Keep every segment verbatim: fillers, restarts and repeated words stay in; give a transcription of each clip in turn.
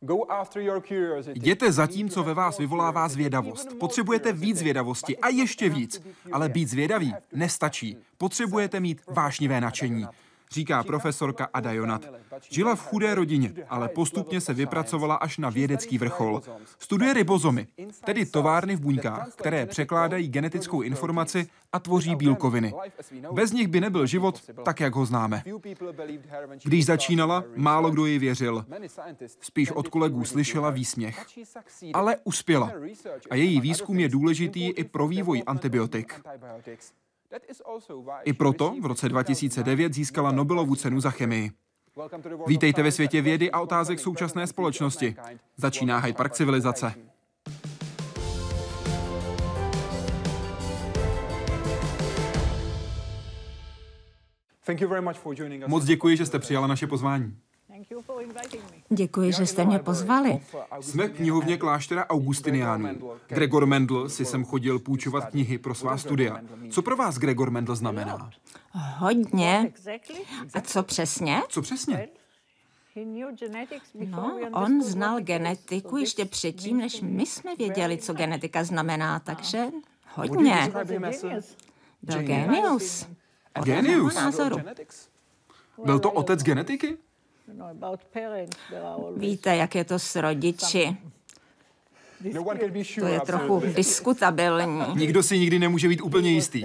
Jděte za tím, co ve vás vyvolává zvědavost. Potřebujete víc zvědavosti a ještě víc. Ale být zvědavý nestačí. Potřebujete mít vášnivé nadšení, říká profesorka Ada Jonat. Žila v chudé rodině, ale postupně se vypracovala až na vědecký vrchol. Studuje ribozomy, tedy továrny v buňkách, které překládají genetickou informaci a tvoří bílkoviny. Bez nich by nebyl život tak, jak ho známe. Když začínala, málo kdo jí věřil. Spíš od kolegů slyšela výsměch. Ale uspěla. A její výzkum je důležitý i pro vývoj antibiotik. I proto v roce dva tisíce devět získala Nobelovu cenu za chemii. Vítejte ve světě vědy a otázek současné společnosti. Začíná Hyde Park civilizace. Moc děkuji, že jste přijala naše pozvání. Děkuji, že jste mě pozvali. Jsme v knihovně kláštera Augustiniánů. Gregor Mendel si sem chodil půjčovat knihy pro svá studia. Co pro vás Gregor Mendel znamená? Hodně. A co přesně? Co přesně? No, on znal genetiku ještě předtím, než my jsme věděli, co genetika znamená, takže hodně. Byl génius. Génius? Názoru. Byl to otec genetiky? Víte, jak je to s rodiči. To je trochu diskutabilní. Nikdo si nikdy nemůže být úplně jistý.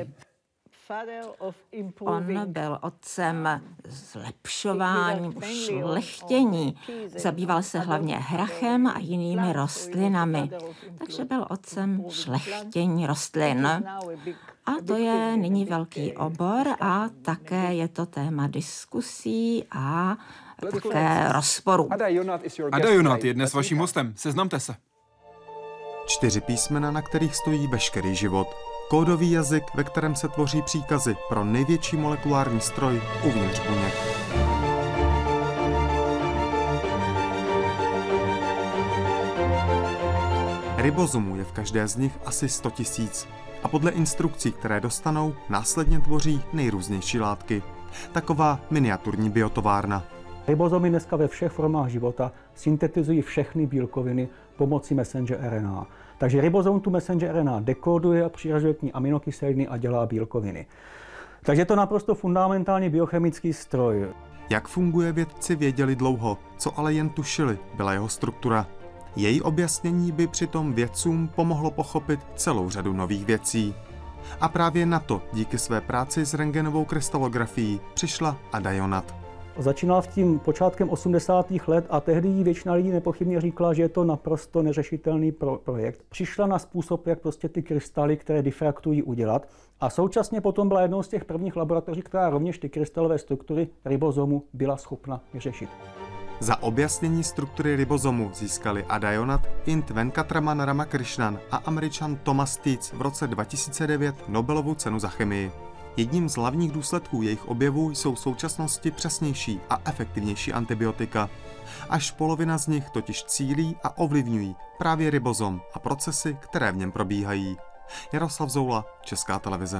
On byl otcem zlepšování, šlechtění. Zabýval se hlavně hrachem a jinými rostlinami. Takže byl otcem šlechtění rostlin. A to je nyní velký obor a také je to téma diskusí a také rozporů. Ada Jonat je dnes vaším hostem. Seznamte se. Čtyři písmena, na kterých stojí veškerý život. Kódový jazyk, ve kterém se tvoří příkazy pro největší molekulární stroj uvnitř buněk. Ribozomů je v každé z nich asi sto tisíc. A podle instrukcí, které dostanou, následně tvoří nejrůznější látky. Taková miniaturní biotovárna. Ribozomy dneska ve všech formách života syntetizují všechny bílkoviny pomocí messenger R N A. Takže ribozom tu messenger R N A dekoduje a přiřazuje k ní aminokyseliny a dělá bílkoviny. Takže je to naprosto fundamentální biochemický stroj. Jak funguje, vědci věděli dlouho, co ale jen tušili, byla jeho struktura. Její objasnění by přitom vědcům pomohlo pochopit celou řadu nových věcí. A právě na to, díky své práci s rentgenovou krystalografií, přišla Ada Jonat. Začínala v tím počátkem osmdesátých let a tehdy jí většina lidí nepochybně říkala, že je to naprosto neřešitelný pro projekt. Přišla na způsob, jak prostě ty krystaly, které difraktují, udělat. A současně potom byla jednou z těch prvních laboratoří, která rovněž ty krystalové struktury ribozomu byla schopna vyřešit. Za objasnění struktury ribozomu získali Ada Jonat, Int Venkatraman Ramakrishnan a Američan Thomas Tietz v roce dva tisíce devět Nobelovu cenu za chemii. Jedním z hlavních důsledků jejich objevů jsou v současnosti přesnější a efektivnější antibiotika. Až polovina z nich totiž cílí a ovlivňují právě ribozom a procesy, které v něm probíhají. Jaroslav Zoula, Česká televize.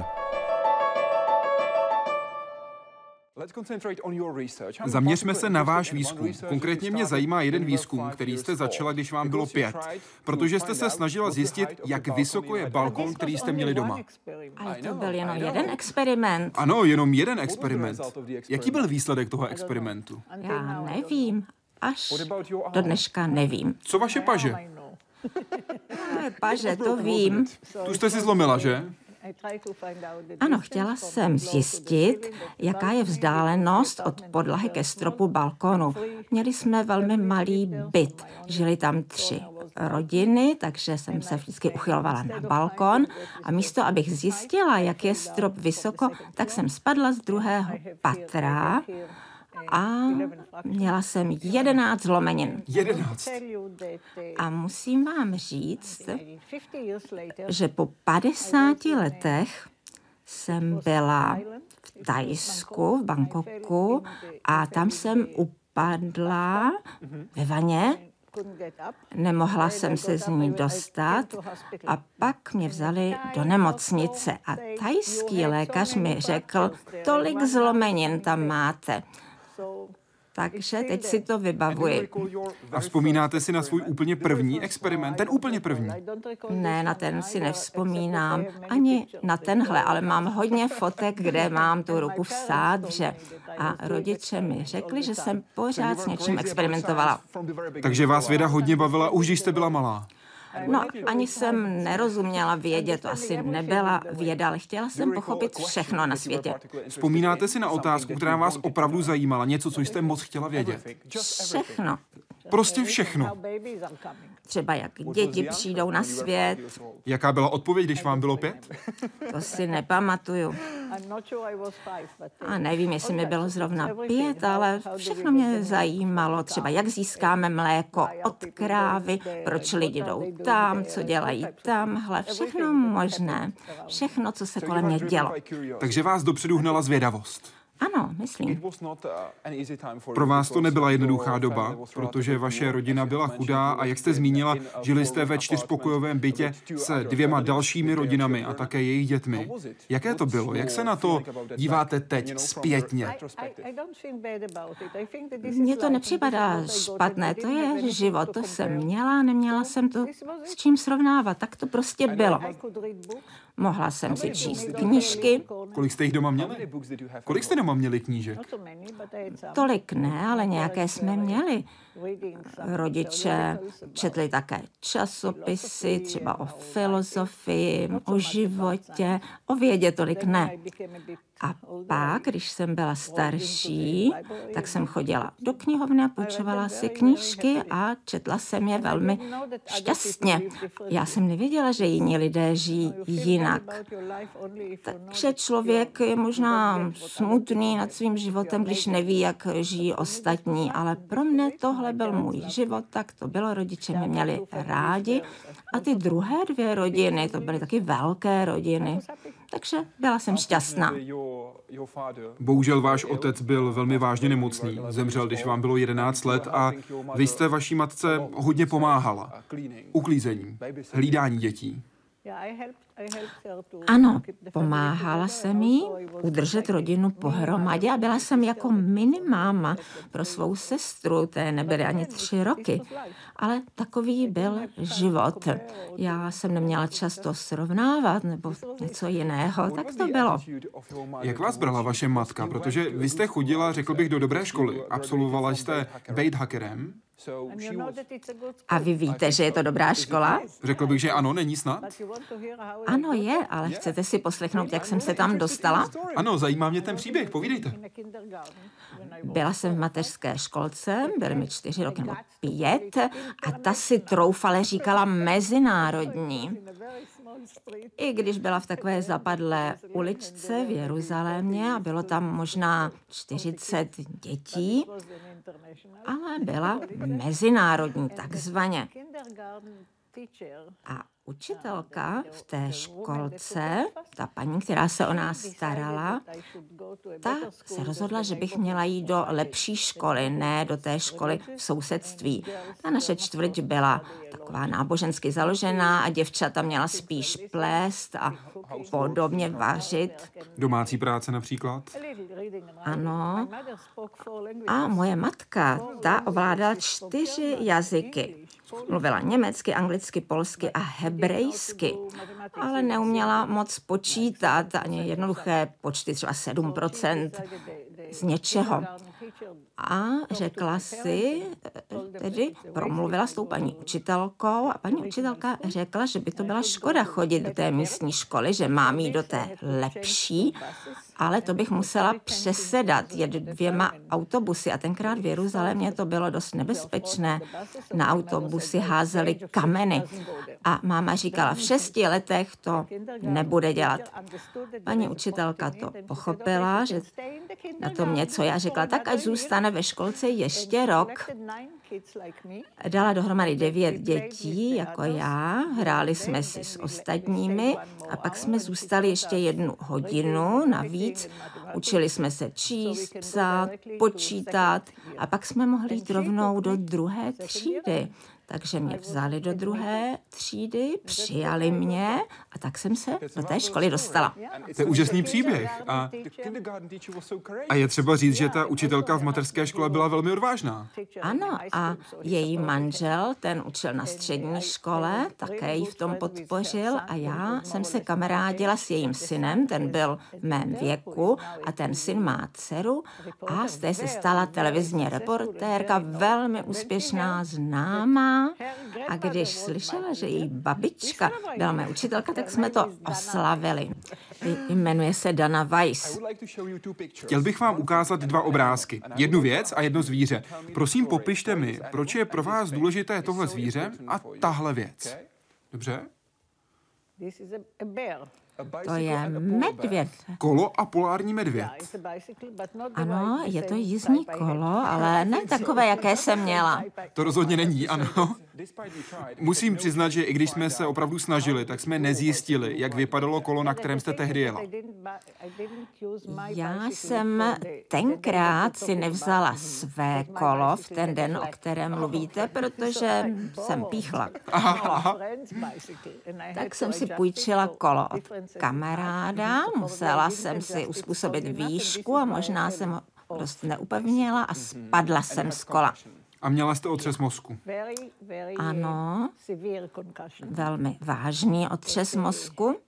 Zaměřme se na váš výzkum. Konkrétně mě zajímá jeden výzkum, který jste začala, když vám bylo pět, protože jste se snažila zjistit, jak vysoko je balkon, který jste měli doma. Ale to byl jenom jeden experiment. Ano, jenom jeden experiment. Jaký byl výsledek toho experimentu? Já nevím. Až do dneška nevím. Co vaše paže? Paže, to vím. Tu jste si zlomila, že? Ano, chtěla jsem zjistit, jaká je vzdálenost od podlahy ke stropu balkonu. Měli jsme velmi malý byt, žili tam tři rodiny, takže jsem se vždycky uchylovala na balkon a místo, abych zjistila, jak je strop vysoko, tak jsem spadla z druhého patra a měla jsem jedenáct zlomenin. Jedenáct. A musím vám říct, že po padesáti letech jsem byla v Thajsku, v Bangkoku a tam jsem upadla ve vaně. Nemohla jsem se z ní dostat a pak mě vzali do nemocnice a thajský lékař mi řekl, tolik zlomenin tam máte. Takže teď si to vybavuji. A vzpomínáte si na svůj úplně první experiment, ten úplně první? Ne, na ten si nevzpomínám, ani na tenhle, ale mám hodně fotek, kde mám tu ruku v sádře. A rodiče mi řekli, že jsem pořád s něčím experimentovala. Takže vás věda hodně bavila, už když jste byla malá? No, ani jsem nerozuměla vědě, to asi nebyla věda, ale chtěla jsem pochopit všechno na světě. Vzpomínáte si na otázku, která vás opravdu zajímala, něco, co jste moc chtěla vědět? Všechno. Prostě všechno. Třeba jak děti přijdou na svět. Jaká byla odpověď, když vám bylo pět? To si nepamatuju. A nevím, jestli mi bylo zrovna pět, ale všechno mě zajímalo. Třeba jak získáme mléko od krávy, proč lidi jdou tam, co dělají tamhle. Všechno možné. Všechno, co se kolem mě dělo. Takže vás dopředu hnala zvědavost. Ano, myslím. Pro vás to nebyla jednoduchá doba, protože vaše rodina byla chudá a jak jste zmínila, žili jste ve čtyřpokojovém bytě se dvěma dalšími rodinami a také jejich dětmi. Jaké to bylo? Jak se na to díváte teď zpětně? Mně to nepřipadá špatné, to je život, to jsem měla, neměla jsem to s čím srovnávat, tak to prostě bylo. Mohla jsem si číst knížky. Kolik jste jich doma měli? Kolik jste doma měli knížek? Tolik ne, ale nějaké jsme měli. Rodiče četli také časopisy, třeba o filozofii, o životě, o vědě tolik ne. A pak, když jsem byla starší, tak jsem chodila do knihovny a půjčovala si knížky a četla jsem je velmi šťastně. Já jsem nevěděla, že jiní lidé žijí jinak. Takže člověk je možná smutný nad svým životem, když neví, jak žijí ostatní, ale pro mne tohle byl můj život, tak to bylo, rodiče mě měli rádi a ty druhé dvě rodiny, to byly taky velké rodiny, takže byla jsem šťastná. Bohužel váš otec byl velmi vážně nemocný, zemřel, když vám bylo jedenáct let a vy jste vaší matce hodně pomáhala. Uklízením, hlídání dětí. Ano, pomáhala jsem jí udržet rodinu pohromadě a byla jsem jako minimáma pro svou sestru, té nebyly ani tři roky. Ale takový byl život. Já jsem neměla často srovnávat nebo něco jiného, tak to bylo. Jak vás brala vaše matka? Protože vy jste chodila, řekl bych, do dobré školy. Absolvovala jste Beit Hackerem. A vy víte, že je to dobrá škola? Řekl bych, že ano, není snad? Ano, je, ale chcete si poslechnout, jak jsem se tam dostala? Ano, zajímá mě ten příběh, povídejte. Byla jsem v mateřské školce, byly mi čtyři roky nebo pět a ta si troufale říkala mezinárodní. I když byla v takové zapadlé uličce v Jeruzalémě a bylo tam možná čtyřicet dětí, ale byla mezinárodní takzvaně. A učitelka v té školce, ta paní, která se o nás starala, ta se rozhodla, že bych měla jít do lepší školy, ne do té školy v sousedství. Ta naše čtvrť byla taková nábožensky založená a děvčata měla spíš plést a podobně vařit. Domácí práce například? Ano. A moje matka, ta ovládala čtyři jazyky. Mluvila německy, anglicky, polsky a hebrejsky, ale neuměla moc počítat, ani jednoduché počty, třeba sedm procent z něčeho. A řekla si, tedy promluvila s tou paní učitelkou a paní učitelka řekla, že by to byla škoda chodit do té místní školy, že mám jít do té lepší, ale to bych musela přesedat, jet dvěma autobusy a tenkrát v Jeruzalémě to bylo dost nebezpečné. Na autobusy házeli kameny a máma říkala, v šesti letech to nebude dělat. Paní učitelka to pochopila, že na tom něco já řekla, tak ať zůstane ve školce ještě rok. Dala dohromady devět dětí, jako já, hráli jsme si s ostatními a pak jsme zůstali ještě jednu hodinu navíc. Učili jsme se číst, psát, počítat a pak jsme mohli jít rovnou do druhé třídy. Takže mě vzali do druhé třídy, přijali mě a tak jsem se do té školy dostala. To je úžasný příběh. A, a je třeba říct, že ta učitelka v mateřské škole byla velmi odvážná. Ano, a její manžel, ten učil na střední škole, také ji v tom podpořil a já jsem se kamarádila s jejím synem, ten byl v mém věku a ten syn má dceru a z té se stala televizní reportérka, velmi úspěšná, známá. A když slyšela, že její babička byla moje učitelka, tak jsme to oslavili. Jmenuje se Dana Weiss. Chtěl bych vám ukázat dva obrázky. Jednu věc a jedno zvíře. Prosím, popište mi, proč je pro vás důležité tohle zvíře a tahle věc. Dobře? To je medvěd. Kolo a polární medvěd. Ano, je to jízdní kolo, ale ne takové, jaké jsem měla. To rozhodně není, ano. Musím přiznat, že i když jsme se opravdu snažili, tak jsme nezjistili, jak vypadalo kolo, na kterém jste tehdy jela. Já jsem tenkrát si nevzala své kolo v ten den, o kterém mluvíte, protože jsem píchla. Aha, aha. Tak jsem si půjčila kolo od kamaráda, musela jsem si uspůsobit výšku a možná jsem ho dost neupevnila a spadla jsem z kola. A měla jste otřes mozku. Ano, velmi vážný otřes mozku.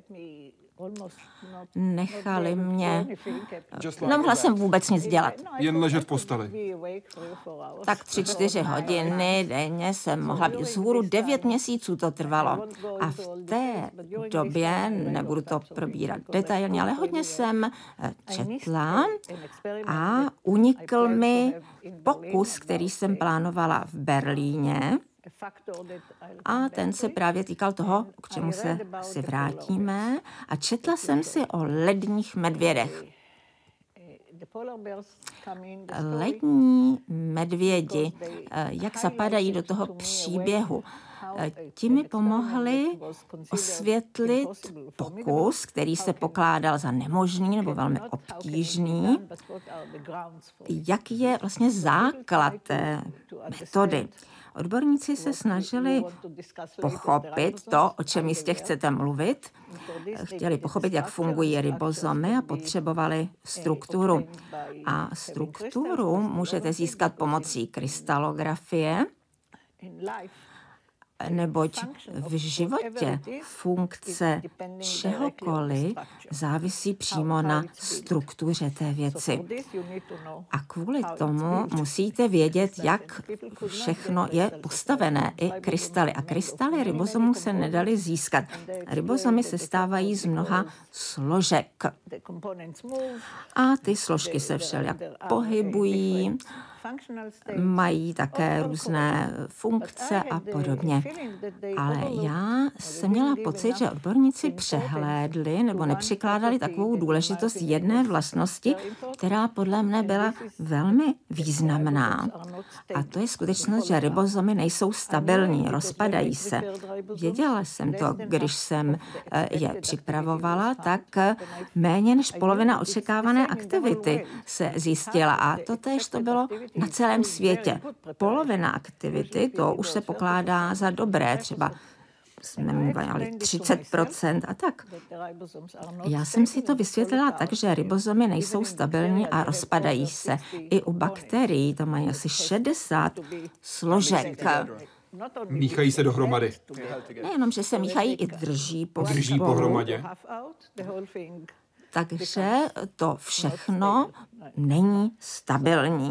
Nechali mě, nemohla jsem vůbec nic dělat. Jen ležet v posteli. Tak tři, čtyři hodiny denně jsem mohla být vzhůru, devět měsíců to trvalo. A v té době, nebudu to probírat detailně, ale hodně jsem četla a unikl mi pokus, který jsem plánovala v Berlíně. A ten se právě týkal toho, k čemu se si vrátíme. A četla jsem si o ledních medvědech. Lední medvědi, jak zapadají do toho příběhu. Ti mi pomohli osvětlit pokus, který se pokládal za nemožný nebo velmi obtížný, jaký je vlastně základ té metody. Odborníci se snažili pochopit to, o čem jistě chcete mluvit. Chtěli pochopit, jak fungují ribozomy a potřebovali strukturu. A strukturu můžete získat pomocí krystalografie, neboť v životě funkce čehokoliv závisí přímo na struktuře té věci. A kvůli tomu musíte vědět, jak všechno je postavené, i krystaly. A krystaly ribozomů se nedaly získat. Ribozomy se stávají z mnoha složek. A ty složky se všelijak pohybují, mají také různé funkce a podobně. Ale já jsem měla pocit, že odborníci přehlédli nebo nepřikládali takovou důležitost jedné vlastnosti, která podle mne byla velmi významná. A to je skutečnost, že ribozomy nejsou stabilní, rozpadají se. Věděla jsem to, když jsem je připravovala, tak méně než polovina očekávané aktivity se zjistila. A to též to bylo na celém světě. Polovina aktivity, to už se pokládá za dobré, třeba jsme mluvili třicet procent a tak. Já jsem si to vysvětlila tak, že ribozomy nejsou stabilní a rozpadají se. I u bakterií to mají asi šedesát složek. Míchají se dohromady. Nejenom, že se míchají, i drží po Drží pohromadě. Takže to všechno není stabilní.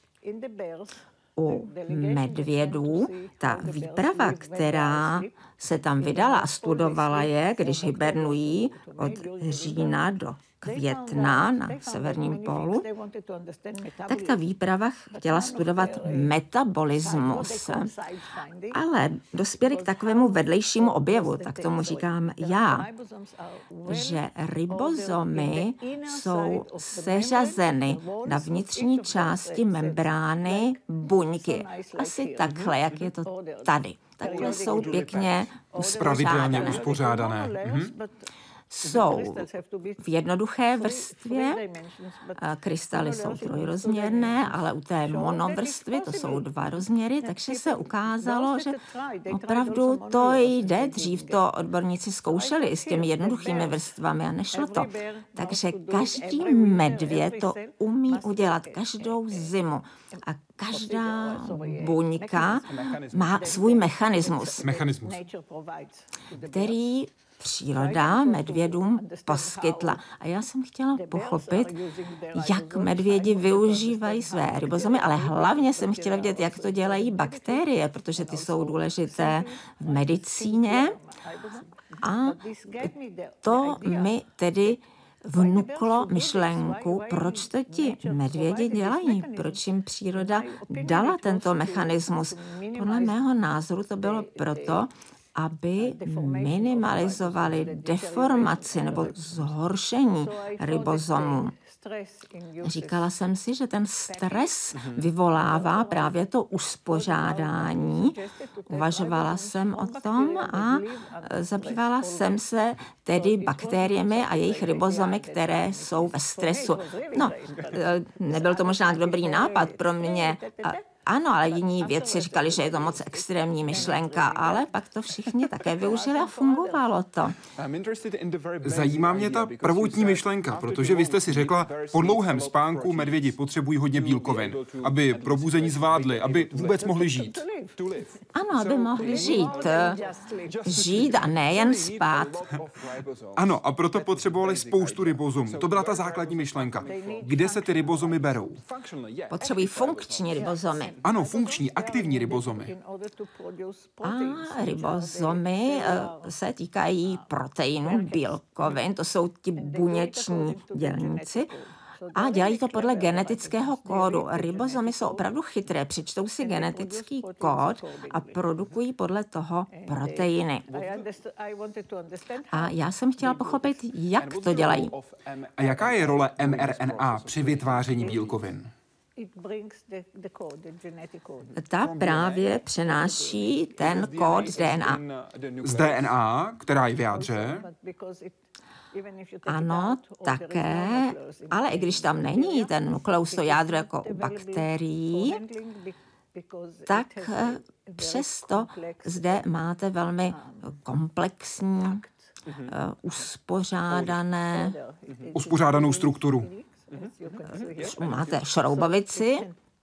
U medvědů ta výprava, která se tam vydala a studovala je, když hibernují od října do května na severním pólu, tak ta výprava chtěla studovat metabolismus. Ale dospěli k takovému vedlejšímu objevu, tak tomu říkám já, že ribozomy jsou seřazeny na vnitřní části membrány buňky. Asi takhle, jak je to tady. Takhle jsou pěkně uspořádané. Pravidelně uspořádané. Mhm. jsou v jednoduché vrstvě, krystaly jsou trojrozměrné, ale u té monovrstvy, to jsou dva rozměry, takže se ukázalo, že opravdu to jde. Dřív to odborníci zkoušeli i s těmi jednoduchými vrstvami a nešlo to. Takže každý medvěd to umí udělat každou zimu. A každá buňka má svůj mechanismus, Mechanismus. který příroda medvědům poskytla. A já jsem chtěla pochopit, jak medvědi využívají své ribozomy, ale hlavně jsem chtěla vidět, jak to dělají bakterie, protože ty jsou důležité v medicíně. A to mi tedy vnuklo myšlenku, proč to ti medvědi dělají, proč jim příroda dala tento mechanismus. Podle mého názoru to bylo proto, aby minimalizovali deformaci nebo zhoršení ribozomů. Říkala jsem si, že ten stres vyvolává právě to uspořádání. Uvažovala jsem o tom a zabývala jsem se tedy bakteriemi a jejich ribozomy, které jsou ve stresu. No, nebyl to možná dobrý nápad pro mě. Ano, ale jiní vědci říkali, že je to moc extrémní myšlenka, ale pak to všichni také využili a fungovalo to. Zajímá mě ta prvotní myšlenka, protože vy jste si řekla, po dlouhém spánku medvědi potřebují hodně bílkovin, aby probuzení zvládli, aby vůbec mohli žít. Ano, aby mohli žít. Žít a nejen spát. Ano, a proto potřebovali spoustu ribozomů. To byla ta základní myšlenka. Kde se ty ribozomy berou? Potřebují funkční ribozomy. Ano, funkční, aktivní ribozomy. A ribozomy se týkají proteinů, bílkovin, to jsou ti buněční dělníci. A dělají to podle genetického kódu. Ribozomy jsou opravdu chytré, přečtou si genetický kód a produkují podle toho proteiny. A já jsem chtěla pochopit, jak to dělají. A jaká je role mRNA při vytváření bílkovin? Ta právě přenáší ten kód z D N A. Z D N A, která je v jádře? Ano, také, ale i když tam není ten nukleus, to jádro jako u bakterií, tak přesto zde máte velmi komplexní, uspořádané... Uspořádanou strukturu. Máte šroubovici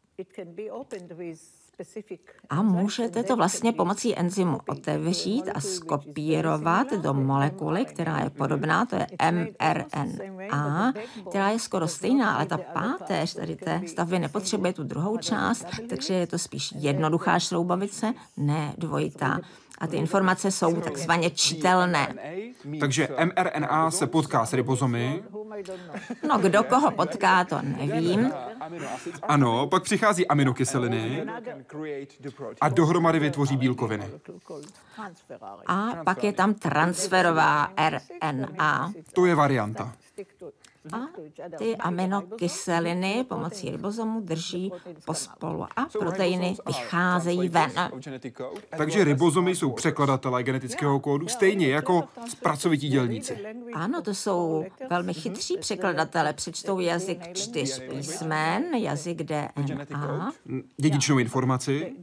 a můžete to vlastně pomocí enzymu otevřít a skopírovat do molekuly, která je podobná, to je mRNA, která je skoro stejná, ale ta páteř tady té stavby nepotřebuje tu druhou část, takže je to spíš jednoduchá šroubovice, ne dvojitá. A ty informace jsou takzvaně čitelné. Takže mRNA se potká s ribozomy. No, kdo koho potká, to nevím. Ano, pak přichází aminokyseliny a dohromady vytvoří bílkoviny. A pak je tam transferová R N A. To je varianta. A ty aminokyseliny pomocí ribozomu drží pospolu a proteiny vycházejí ven. Takže ribozomy jsou překladatelé genetického kódu, stejně jako zpracovití dělníci. Ano, to jsou velmi chytří překladatelé. Přečtou jazyk čtyř písmen, jazyk D N A. Dědičnou informaci.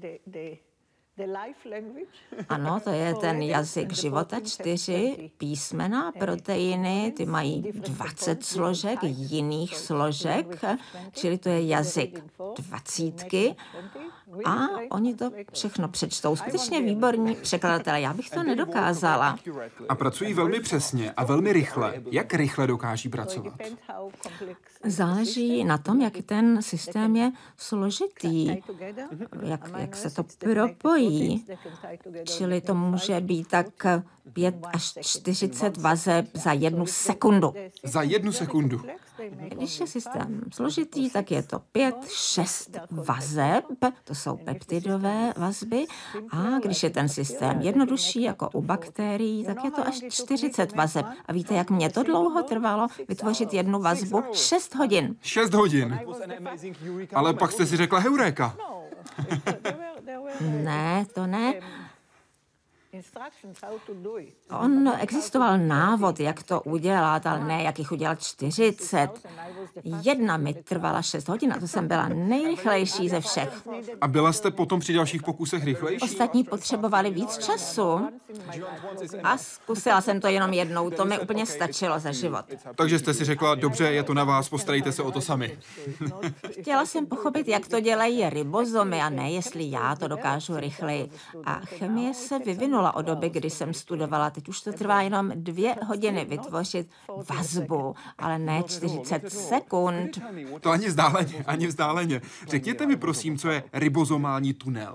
Ano, to je ten jazyk života, čtyři písmena, proteiny, ty mají dvacet složek, jiných složek, čili to je jazyk dvacítky a oni to všechno přečtou. Skutečně výborní překladatelé, já bych to nedokázala. A pracují velmi přesně a velmi rychle. Jak rychle dokáží pracovat? Záleží na tom, jak ten systém je složitý, jak, jak se to propojí. Čili to může být tak pět až čtyřicet vazeb za jednu sekundu. Za jednu sekundu. Když je systém složitý, tak je to pět, šest vazeb, to jsou peptidové vazby, a když je ten systém jednodušší, jako u bakterií, tak je to až čtyřicet vazeb. A víte, jak mě to dlouho trvalo vytvořit jednu vazbu? Šest hodin. Šest hodin. Ale pak jste si řekla heuréka. Ne, to ne. On existoval návod, jak to udělat, ale ne, jak jich udělat čtyřicet. Jedna mi trvala šest hodin a to jsem byla nejrychlejší ze všech. A byla jste potom při dalších pokusech rychlejší? Ostatní potřebovali víc času. A zkusila jsem to jenom jednou, to mi úplně stačilo za život. Takže jste si řekla, dobře, je to na vás, postarejte se o to sami. Chtěla jsem pochopit, jak to dělají ribozomy a ne, jestli já to dokážu rychleji. A chemie se vyvinula od doby, kdy jsem studovala. Teď už to trvá jenom dvě hodiny vytvořit vazbu, ale ne čtyřicet sekund. To ani vzdáleně, ani vzdáleně. Řekněte mi prosím, co je ribozomální tunel.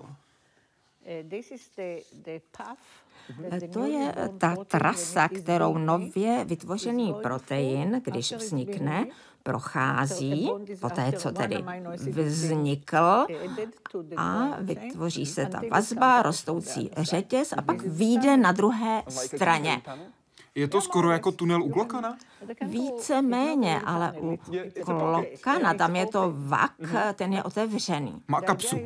To je ta trasa, kterou nově vytvořený protein, když vznikne, prochází, poté, co tedy vznikl, a vytvoří se ta vazba, rostoucí řetěz a pak vyjde na druhé straně. Je to skoro jako tunel u klokana? Více méně, ale u klokana, tam je to vak, ten je otevřený. Má kapsu.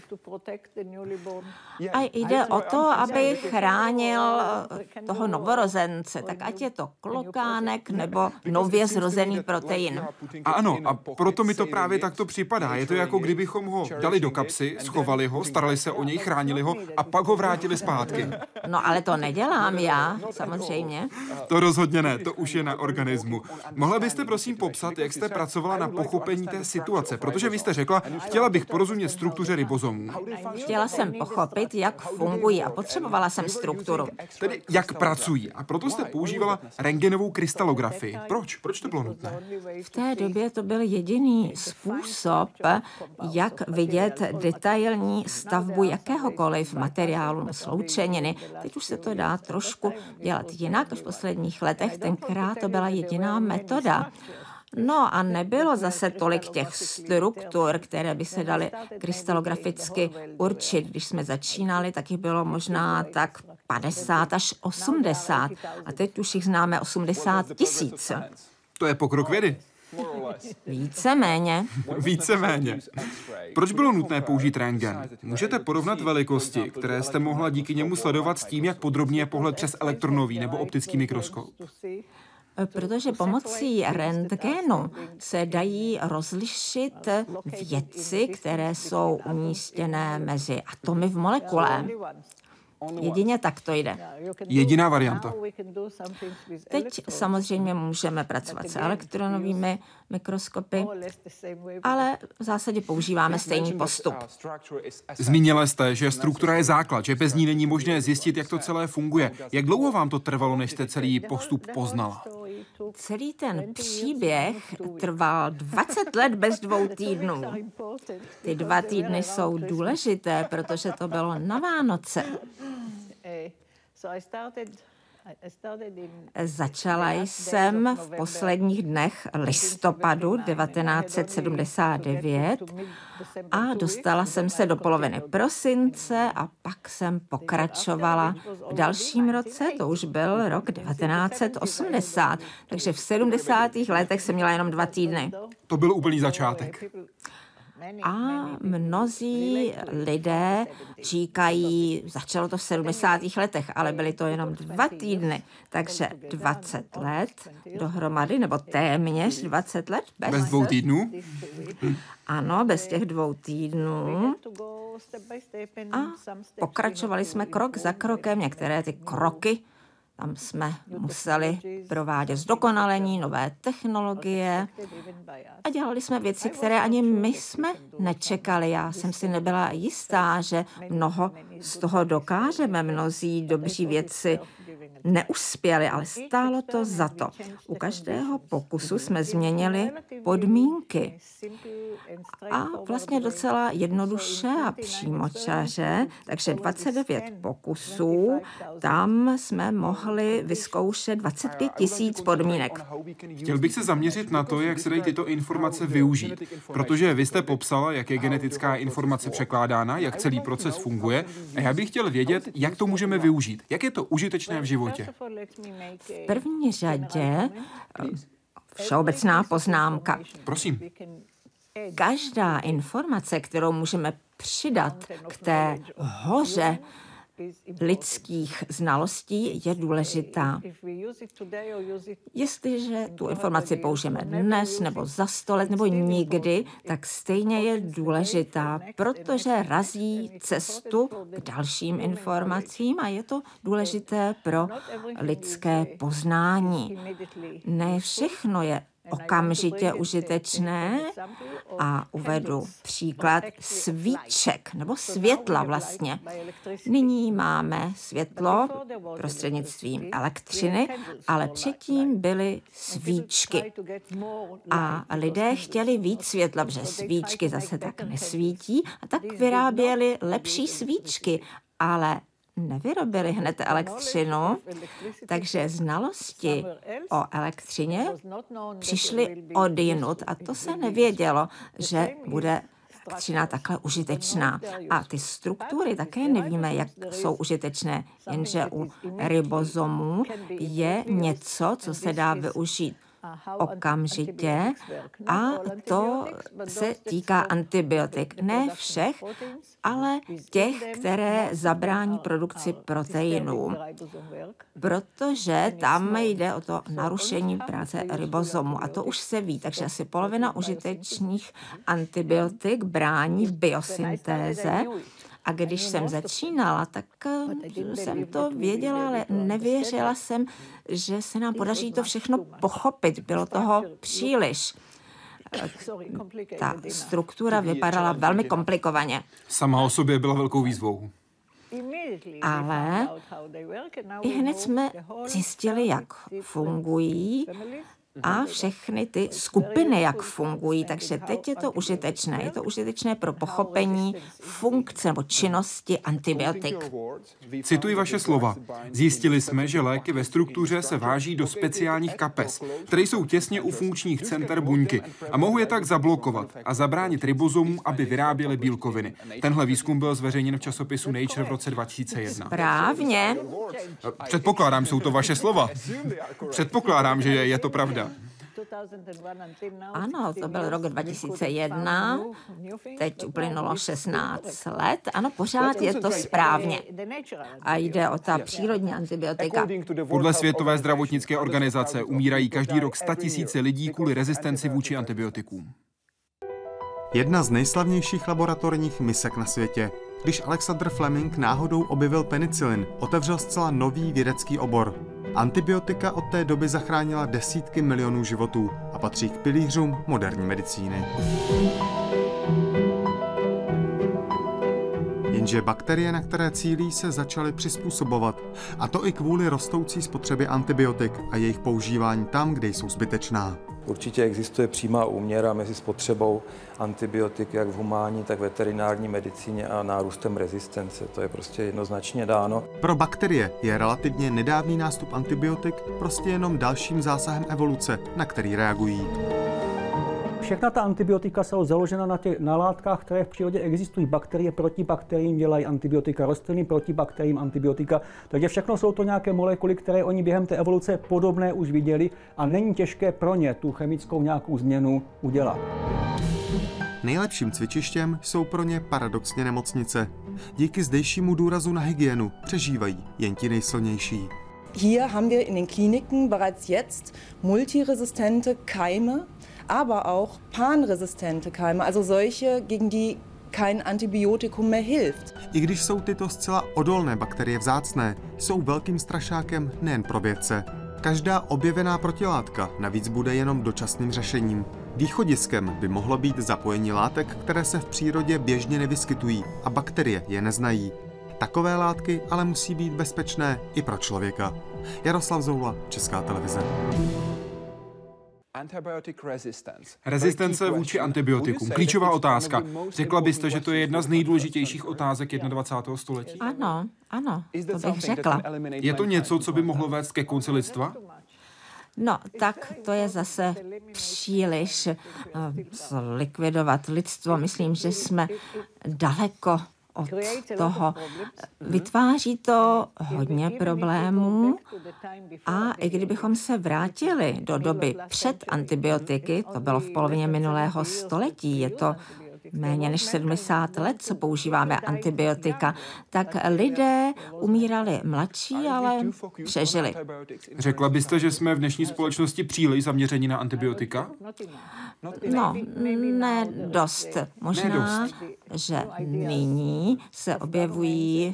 A jde o to, aby chránil toho novorozence, tak ať je to klokánek nebo nově zrozený protein. A ano, a proto mi to právě takto připadá. Je to jako kdybychom ho dali do kapsy, schovali ho, starali se o něj, chránili ho a pak ho vrátili zpátky. No ale to nedělám já, samozřejmě. To rozhodně ne, to už je na organismu. Mohla byste prosím popsat, jak jste pracovala na pochopení té situace? Protože vy jste řekla, chtěla bych porozumět struktuře ribozomů. Chtěla jsem pochopit, jak fungují a potřebovala jsem strukturu. Tedy jak pracují. A proto jste používala rentgenovou krystalografii. Proč? Proč to bylo nutné? V té době to byl jediný způsob, jak vidět detailní stavbu jakéhokoliv materiálu, sloučeniny. Teď už se to dá trošku dělat jinak. V posledních letech tenkrát to byla jediná metoda. No a nebylo zase tolik těch struktur, které by se daly krystalograficky určit. Když jsme začínali, tak jich bylo možná tak padesát až osmdesát. A teď už jich známe osmdesát tisíc. To je pokrok vědy. Víceméně. Víceméně. Proč bylo nutné použít rentgen? Můžete porovnat velikosti, které jste mohla díky němu sledovat s tím, jak podrobně je pohled přes elektronový nebo optický mikroskop? Protože pomocí rentgenu se dají rozlišit věci, které jsou umístěné mezi atomy v molekule. Jedině tak to jde. Jediná varianta. Teď samozřejmě můžeme pracovat s elektronovými mikroskopy, ale v zásadě používáme stejný postup. Zmínila jste, že struktura je základ, že bez ní není možné zjistit, jak to celé funguje. Jak dlouho vám to trvalo, než jste celý postup poznala? Celý ten příběh trval dvacet let bez dvou týdnů. Ty dva týdny jsou důležité, protože to bylo na Vánoce. Začala jsem v posledních dnech listopadu devatenáct set sedmdesát devět a dostala jsem se do poloviny prosince a pak jsem pokračovala v dalším roce, to už byl rok devatenáct set osmdesát, takže v sedmdesátých letech jsem měla jenom dva týdny. To byl úplný začátek. A mnozí lidé říkají, začalo to v sedmdesátých letech, ale byly to jenom dva týdny, takže dvacet let dohromady, nebo téměř dvacet let. Bez, bez dvou týdnů? Ano, bez těch dvou týdnů. A pokračovali jsme krok za krokem, některé ty kroky, tam jsme museli provádět zdokonalení, nové technologie a dělali jsme věci, které ani my jsme nečekali. Já jsem si nebyla jistá, že mnoho z toho dokážeme. Mnozí dobří vědci neuspěli, ale stálo to za to. U každého pokusu jsme změnili podmínky. A vlastně docela jednoduše a přímočaře, takže dvacet devět pokusů, tam jsme mohli vyzkoušet dvacet pět tisíc podmínek. Chtěl bych se zaměřit na to, jak se dají tyto informace využít, protože vy jste popsala, jak je genetická informace překládána, jak celý proces funguje, a já bych chtěl vědět, jak to můžeme využít, jak je to užitečné v životě. V první řadě všeobecná poznámka. Prosím. Každá informace, kterou můžeme přidat k té hoře lidských znalostí je důležitá. Jestliže tu informaci použijeme dnes nebo za sto let nebo nikdy, tak stejně je důležitá, protože razí cestu k dalším informacím a je to důležité pro lidské poznání. Ne všechno je okamžitě užitečné a uvedu příklad svíček nebo světla vlastně. Nyní máme světlo prostřednictvím elektřiny, ale předtím byly svíčky. A lidé chtěli víc světla, protože svíčky zase tak nesvítí a tak vyráběli lepší svíčky, ale nevyrobili hned elektřinu, takže znalosti o elektřině přišly odjinud a to se nevědělo, že bude elektřina takhle užitečná. A ty struktury také nevíme, jak jsou užitečné, jenže u ribozomů je něco, co se dá využít okamžitě a to se týká antibiotik. Ne všech, ale těch, které zabrání produkci proteinů. Protože tam jde o to narušení práce ribozomu a to už se ví, takže asi polovina užitečných antibiotik brání biosyntéze. A když jsem začínala, tak jsem to věděla, ale nevěřila jsem, že se nám podaří to všechno pochopit. Bylo toho příliš. Ta struktura vypadala velmi komplikovaně. Sama o sobě byla velkou výzvou. Ale i hned jsme zjistili, jak fungují a všechny ty skupiny, jak fungují. Takže teď je to užitečné. Je to užitečné pro pochopení funkce nebo činnosti antibiotik. Cituji vaše slova. Zjistili jsme, že léky ve struktuře se váží do speciálních kapes, které jsou těsně u funkčních center buňky a mohou je tak zablokovat a zabránit ribozomů, aby vyráběly bílkoviny. Tenhle výzkum byl zveřejněn v časopisu Nature v roce dva tisíce jedna. Správně. Předpokládám, jsou to vaše slova. Předpokládám, že je to pravda. Ano, to byl rok dva tisíce jedna, teď uplynulo šestnáct let, ano, pořád je to správně. A jde o ta přírodní antibiotika. Podle Světové zdravotnické organizace umírají každý rok statisíce lidí kvůli rezistenci vůči antibiotikům. Jedna z nejslavnějších laboratorních misek na světě. Když Alexander Fleming náhodou objevil penicilin, otevřel zcela nový vědecký obor. Antibiotika od té doby zachránila desítky milionů životů a patří k pilířům moderní medicíny. Jenže bakterie, na které cílí, se začaly přizpůsobovat. A to i kvůli rostoucí spotřebě antibiotik a jejich používání tam, kde jsou zbytečná. Určitě existuje přímá úměra mezi spotřebou antibiotik jak v humánní, tak veterinární medicíně a nárůstem rezistence. To je prostě jednoznačně dáno. Pro bakterie je relativně nedávný nástup antibiotik prostě jenom dalším zásahem evoluce, na který reagují. Všechna ta antibiotika jsou založena na těch na látkách, které v přírodě existují. Bakterie proti bakteriím dělají antibiotika, rostliny proti bakteriím antibiotika. Takže všechno jsou to nějaké molekuly, které oni během té evoluce podobné už viděli a není těžké pro ně tu chemickou nějakou změnu udělat. Nejlepším cvičištěm jsou pro ně paradoxně nemocnice. Díky zdejšímu důrazu na hygienu přežívají jen ti nejsilnější. Hier haben wir in den Kliniken bereits jetzt multiresistente Keime, aber auch panresistente Keime, also solche, gegen die kein Antibiotikum mehr hilft. I když jsou tyto zcela odolné bakterie vzácné, jsou velkým strašákem nejen pro vědce. Každá objevená protilátka navíc bude jenom dočasným řešením. Východiskem by mohlo být zapojení látek, které se v přírodě běžně nevyskytují a bakterie je neznají. Takové látky ale musí být bezpečné i pro člověka. Jaroslav Zoula, Česká televize. Rezistence vůči antibiotikům. Klíčová otázka. Řekla byste, že to je jedna z nejdůležitějších otázek dvacátého prvního století? Ano, ano, to bych řekla. Je to něco, co by mohlo vést ke konci lidstva? No, tak to je zase příliš uh, likvidovat lidstvo. Myslím, že jsme daleko od toho. Vytváří to hodně problémů a i kdybychom se vrátili do doby před antibiotiky, to bylo v polovině minulého století, je to méně než sedmdesát let, co používáme antibiotika, tak lidé umírali mladší, ale přežili. Řekla byste, že jsme v dnešní společnosti příliš zaměření na antibiotika? No, ne dost. Možná, že nyní se objevují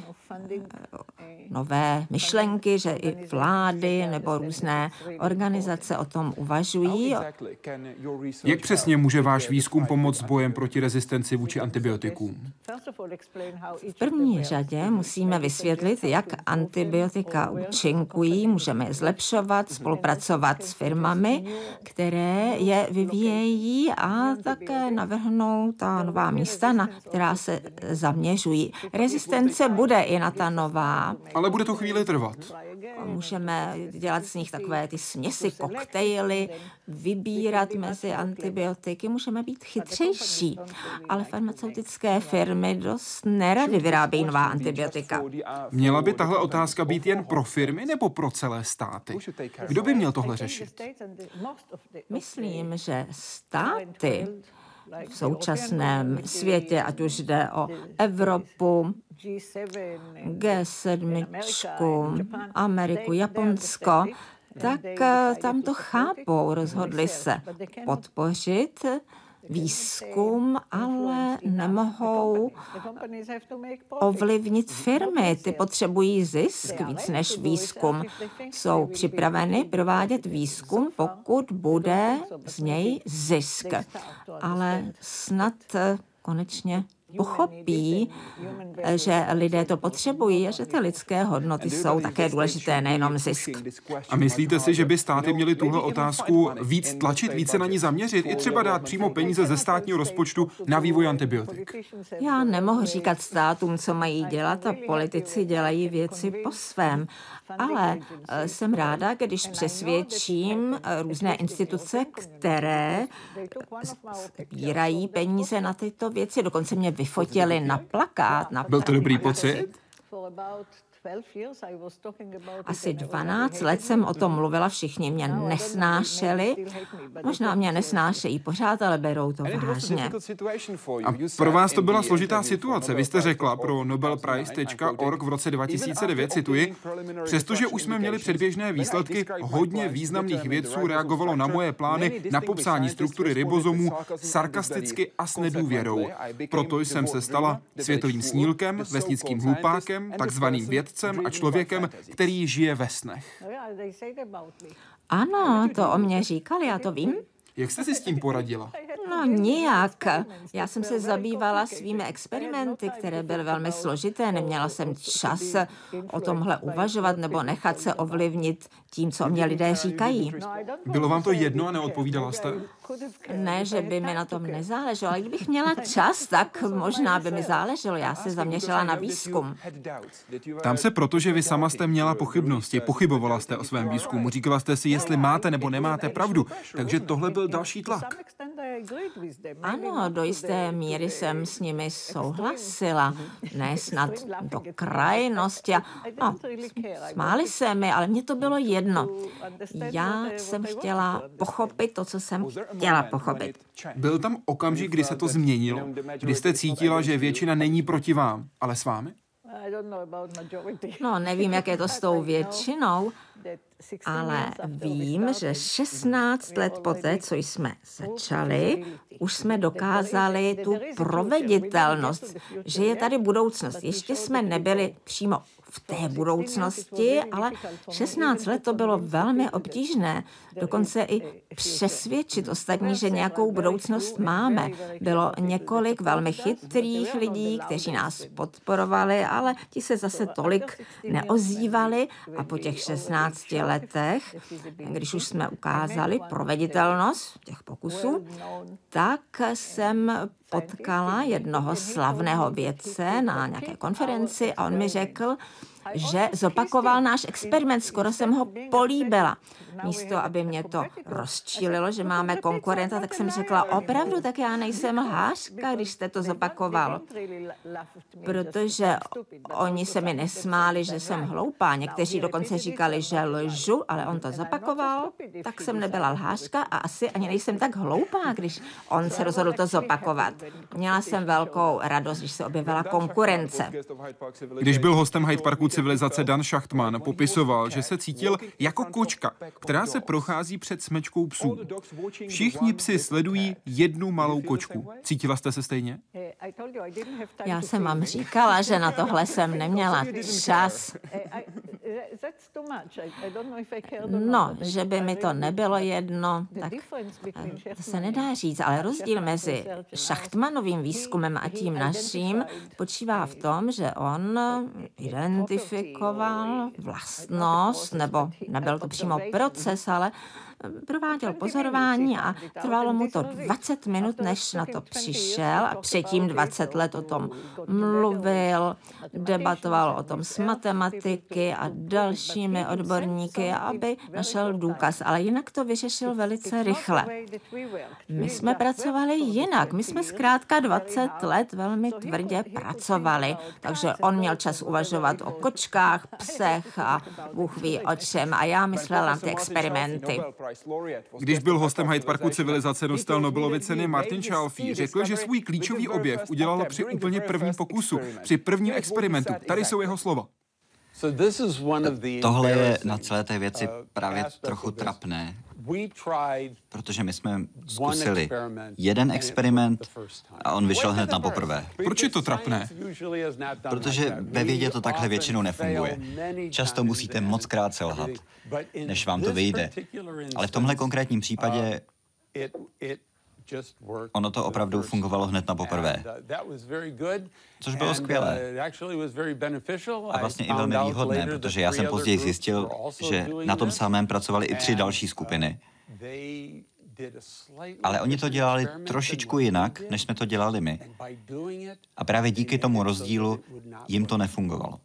nové myšlenky, že i vlády nebo různé organizace o tom uvažují. Jak přesně může váš výzkum pomoct s bojem proti rezistenci vůči antibiotikům? V první řadě musíme vysvětlit, jak antibiotika účinkují, můžeme je zlepšovat, spolupracovat s firmami, které je vyvíjejí a také navrhnout ta nová místa, na která se zaměřují. Rezistence bude i na ta nová. Ale bude to chvíli trvat. Můžeme dělat z nich takové ty směsi, koktejly, vybírat mezi antibiotiky, můžeme být chytřejší. Ale farmaceutické firmy dost nerady vyrábějí nová antibiotika. Měla by tahle otázka být jen pro firmy nebo pro celé státy? Kdo by měl tohle řešit? Myslím, že státy v současném světě, ať už jde o Evropu, G sedm, Ameriku, Japonsko, tak tam to chápou, rozhodli se podpořit výzkum, ale nemohou ovlivnit firmy. Ty potřebují zisk víc než výzkum. Jsou připraveny provádět výzkum, pokud bude z něj zisk. Ale snad konečně pochopí, že lidé to potřebují a že ty lidské hodnoty jsou také důležité, nejenom zisk. A myslíte si, že by státy měly tuhle otázku víc tlačit, více na ní zaměřit, i třeba dát přímo peníze ze státního rozpočtu na vývoj antibiotik? Já nemohu říkat státům, co mají dělat, a politici dělají věci po svém. Ale jsem ráda, když přesvědčím různé instituce, které sbírají peníze na tyto věci. Dokonce mě vyfotili na plakát. Na Byl to dobrý pocit? Asi dvanáct let jsem o tom mluvila, všichni mě nesnášeli. Možná mě nesnášejí pořád, ale berou to vážně. A pro vás to byla složitá situace. Vy jste řekla pro nobelprize tečka org v roce dva tisíce devět, cituji, přestože už jsme měli předběžné výsledky, hodně významných vědců reagovalo na moje plány na popsání struktury ribozomů sarkasticky a s nedůvěrou. Proto jsem se stala světovým snílkem, vesnickým hlupákem, takzvaným vědcem a člověkem, který žije ve snech. Ano, to o mě říkali, já to vím. Jak jste si s tím poradila? No nijak. Já jsem se zabývala svými experimenty, které byly velmi složité. Neměla jsem čas o tomhle uvažovat nebo nechat se ovlivnit tím, co o mě lidé říkají. Bylo vám to jedno a neodpovídala jste? Ne, že by mi na tom nezáleželo, ale kdybych měla čas, tak možná by mi záleželo. Já se zaměřila na výzkum. Tam se proto, že vy sama jste měla pochybnosti, pochybovala jste o svém výzkumu, říkala jste si, jestli máte nebo nemáte pravdu, takže tohle byl další tlak. Ano, do jisté míry jsem s nimi souhlasila, ne snad do krajnosti. A, no, smáli se mi, ale mně to bylo jedno. Já jsem chtěla pochopit to, co jsem chtěla pochopit. Byl tam okamžik, kdy se to změnilo, kdy jste cítila, že většina není proti vám, ale s vámi? No, nevím, jak je to s tou většinou, ale vím, že šestnáct let poté, co jsme začali, už jsme dokázali tu proveditelnost, že je tady budoucnost. Ještě jsme nebyli přímo v té budoucnosti, ale šestnáct let to bylo velmi obtížné. Dokonce i přesvědčit ostatní, že nějakou budoucnost máme. Bylo několik velmi chytrých lidí, kteří nás podporovali, ale ti se zase tolik neozývali a po těch šestnácti letech, když už jsme ukázali proveditelnost těch pokusů, tak jsem potkala jednoho slavného vědce na nějaké konferenci a on mi řekl, že zopakoval náš experiment, skoro jsem ho políbila. Místo, aby mě to rozčílilo, že máme konkurenta, tak jsem řekla, opravdu, tak já nejsem lhářka, když jste to zopakoval. Protože oni se mi nesmáli, že jsem hloupá. Někteří dokonce říkali, že lžu, ale on to zopakoval, tak jsem nebyla lhářka a asi ani nejsem tak hloupá, když on se rozhodl to zopakovat. Měla jsem velkou radost, když se objevila konkurence. Když byl hostem Hyde Parku civilizace Dan Schachtman popisoval, že se cítil jako kočka, která se prochází před smečkou psů. Všichni psi sledují jednu malou kočku. Cítila jste se stejně? Já jsem vám říkala, že na tohle jsem neměla čas. No, že by mi to nebylo jedno, tak to se nedá říct, ale rozdíl mezi Schachtmanovým výzkumem a tím naším spočívá v tom, že on identifikoval vlastnost, nebo nebyl to přímo proces, ale prováděl pozorování a trvalo mu to dvacet minut, než na to přišel a předtím dvacet let o tom mluvil, debatoval o tom s matematiky a dalšími odborníky, aby našel důkaz, ale jinak to vyřešil velice rychle. My jsme pracovali jinak, my jsme zkrátka dvacet let velmi tvrdě pracovali, takže on měl čas uvažovat o kočkách, psech a Bůh ví o čem a já myslela na ty experimenty. Když byl hostem Hyde Parku civilizace, dostal Nobelovy ceny Martin Chalfie. Řekl, že svůj klíčový objev udělal při úplně prvním pokusu, při prvním experimentu. Tady jsou jeho slova. Tohle je na celé té věci právě trochu trapné, protože my jsme zkusili jeden experiment a on vyšel hned na poprvé. Proč je to trapné? Protože ve vědě to takhle většinou nefunguje. Často musíte moc krát selhat, než vám to vyjde. Ale v tomhle konkrétním případě ono to opravdu fungovalo hned na poprvé, což bylo skvělé. A vlastně i velmi výhodné, protože já jsem později zjistil, že na tom samém pracovali i tři další skupiny. Ale oni to dělali trošičku jinak, než jsme to dělali my. A právě díky tomu rozdílu jim to nefungovalo.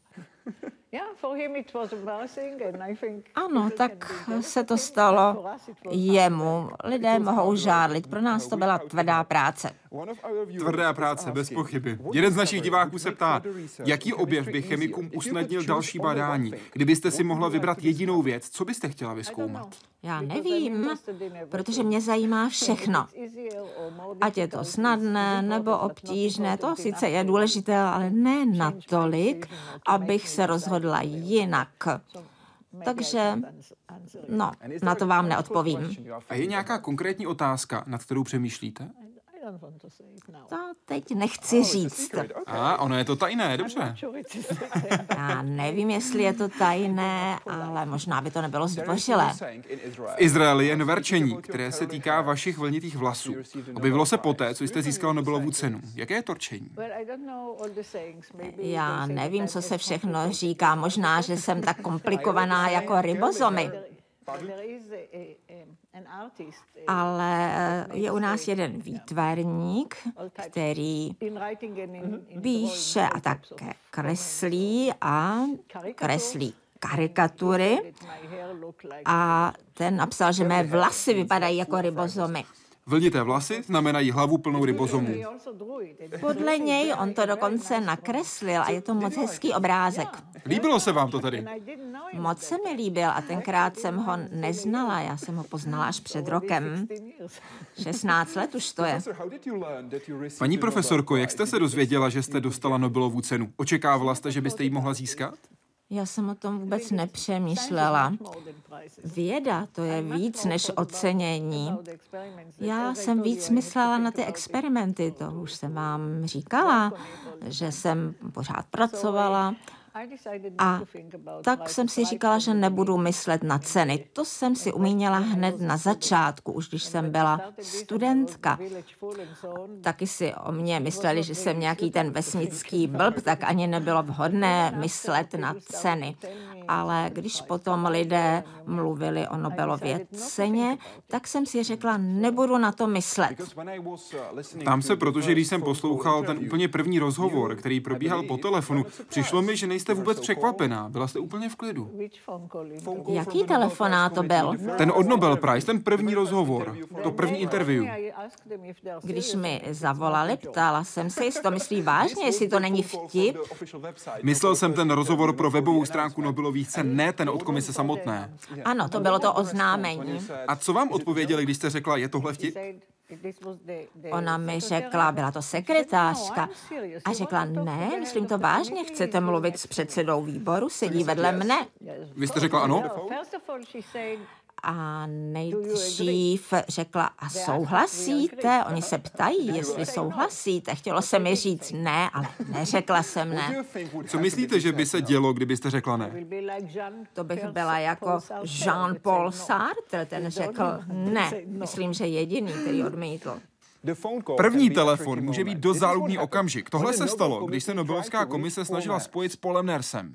Ano, tak se to stalo jemu. Lidé mohou žádlit. Pro nás to byla tvrdá práce. Tvrdá práce, bez pochyby. Jeden z našich diváků se ptá, jaký objev by chemikům usnadnil další badání? Kdybyste si mohla vybrat jedinou věc, co byste chtěla vyzkoumat? Já nevím, protože mě zajímá všechno. Ať je to snadné nebo obtížné, to sice je důležité, ale ne natolik, abych se rozhodla jinak. Takže, no, na to vám neodpovím. A je nějaká konkrétní otázka, nad kterou přemýšlíte? To teď nechci říct. A, ono je to tajné, dobře. Já nevím, jestli je to tajné, ale možná by to nebylo zdvořilé. V Izraeli je nové rčení, které se týká vašich vlnitých vlasů. Objevilo se poté, co jste získal Nobelovu cenu. Jaké je to rčení? Já nevím, co se všechno říká. Možná, že jsem tak komplikovaná jako ribozomy. Ale je u nás jeden výtvarník, který píše a také kreslí a kreslí karikatury a ten napsal, že mé vlasy vypadají jako ribozomy. Vlnité vlasy znamenají hlavu plnou ribozomů. Podle něj on to dokonce nakreslil a je to moc hezký obrázek. Líbilo se vám to tady? Moc se mi líbil a tenkrát jsem ho neznala. Já jsem ho poznala až před rokem. šestnáct let už to je. Paní profesorko, jak jste se dozvěděla, že jste dostala Nobelovu cenu? Očekávala jste, že byste ji mohla získat? Já jsem o tom vůbec nepřemýšlela. Věda, to je víc než ocenění. Já jsem víc myslela na ty experimenty, to už jsem vám říkala, že jsem pořád pracovala. A tak jsem si říkala, že nebudu myslet na ceny. To jsem si umíněla hned na začátku, už když jsem byla studentka. Taky si o mě mysleli, že jsem nějaký ten vesnický blb, tak ani nebylo vhodné myslet na ceny. Ale když potom lidé mluvili o Nobelově ceně, tak jsem si řekla, nebudu na to myslet. Tam se, protože když jsem poslouchal ten úplně první rozhovor, který probíhal po telefonu, přišlo mi, že nejste vůbec překvapená. Byla jste úplně v klidu. Jaký telefonát to byl? Ten od Nobel Prize, ten první rozhovor, to první interview. Když mi zavolali, ptala jsem se, jestli to myslí vážně, jestli to není vtip. Myslel jsem ten rozhovor pro webovou stránku Nobelových cen, ne ten od komise samotné. Ano, to bylo to oznámení. A co vám odpověděli, když jste řekla, je tohle vtip? Ona mi řekla, byla to sekretářka, a řekla, ne, myslím to vážně, chcete mluvit s předsedou výboru, sedí vedle mne. Vy jste řekla ano? A nejdřív řekla, a souhlasíte? Oni se ptají, jestli souhlasíte. Chtělo se mi říct ne, ale neřekla jsem ne. Co myslíte, že by se dělo, kdybyste řekla ne? To bych byla jako Jean-Paul Sartre, ten řekl ne. Myslím, že jediný, který odmítl. První telefon může být dost záludný okamžik. Tohle se stalo, když se Nobelovská komise snažila spojit s Paulem Nersem.